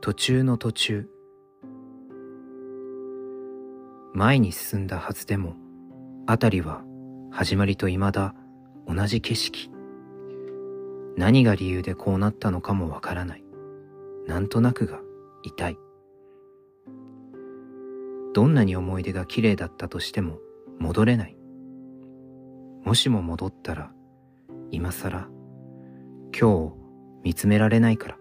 途中の途中。前に進んだはずでも、あたりは始まりと未だ同じ景色。何が理由でこうなったのかもわからない。なんとなくが痛い。どんなに思い出が綺麗だったとしても戻れない。もしも戻ったら、今さら今日を見つめられないから。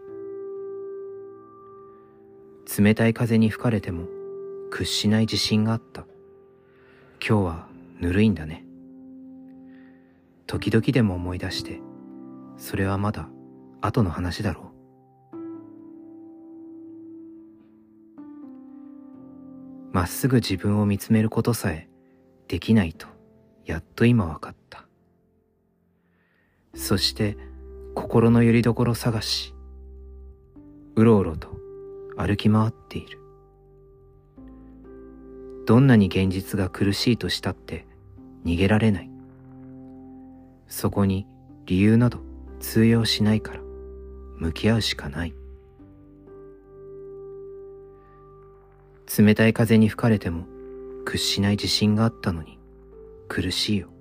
冷たい風に吹かれても屈しない自信があった。今日はぬるいんだね。時々でも思い出して、それはまだ後の話だろう。まっすぐ自分を見つめることさえできないとやっと今わかった。そして心の拠り所探し、うろうろと歩き回っている。どんなに現実が苦しいとしたって逃げられない。そこに理由など通用しないから向き合うしかない。冷たい風に吹かれても屈しない自信があったのに苦しいよ。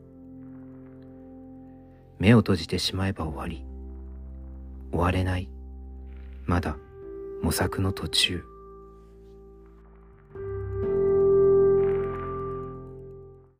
目を閉じてしまえば終わり。終われない。まだ模索の途中。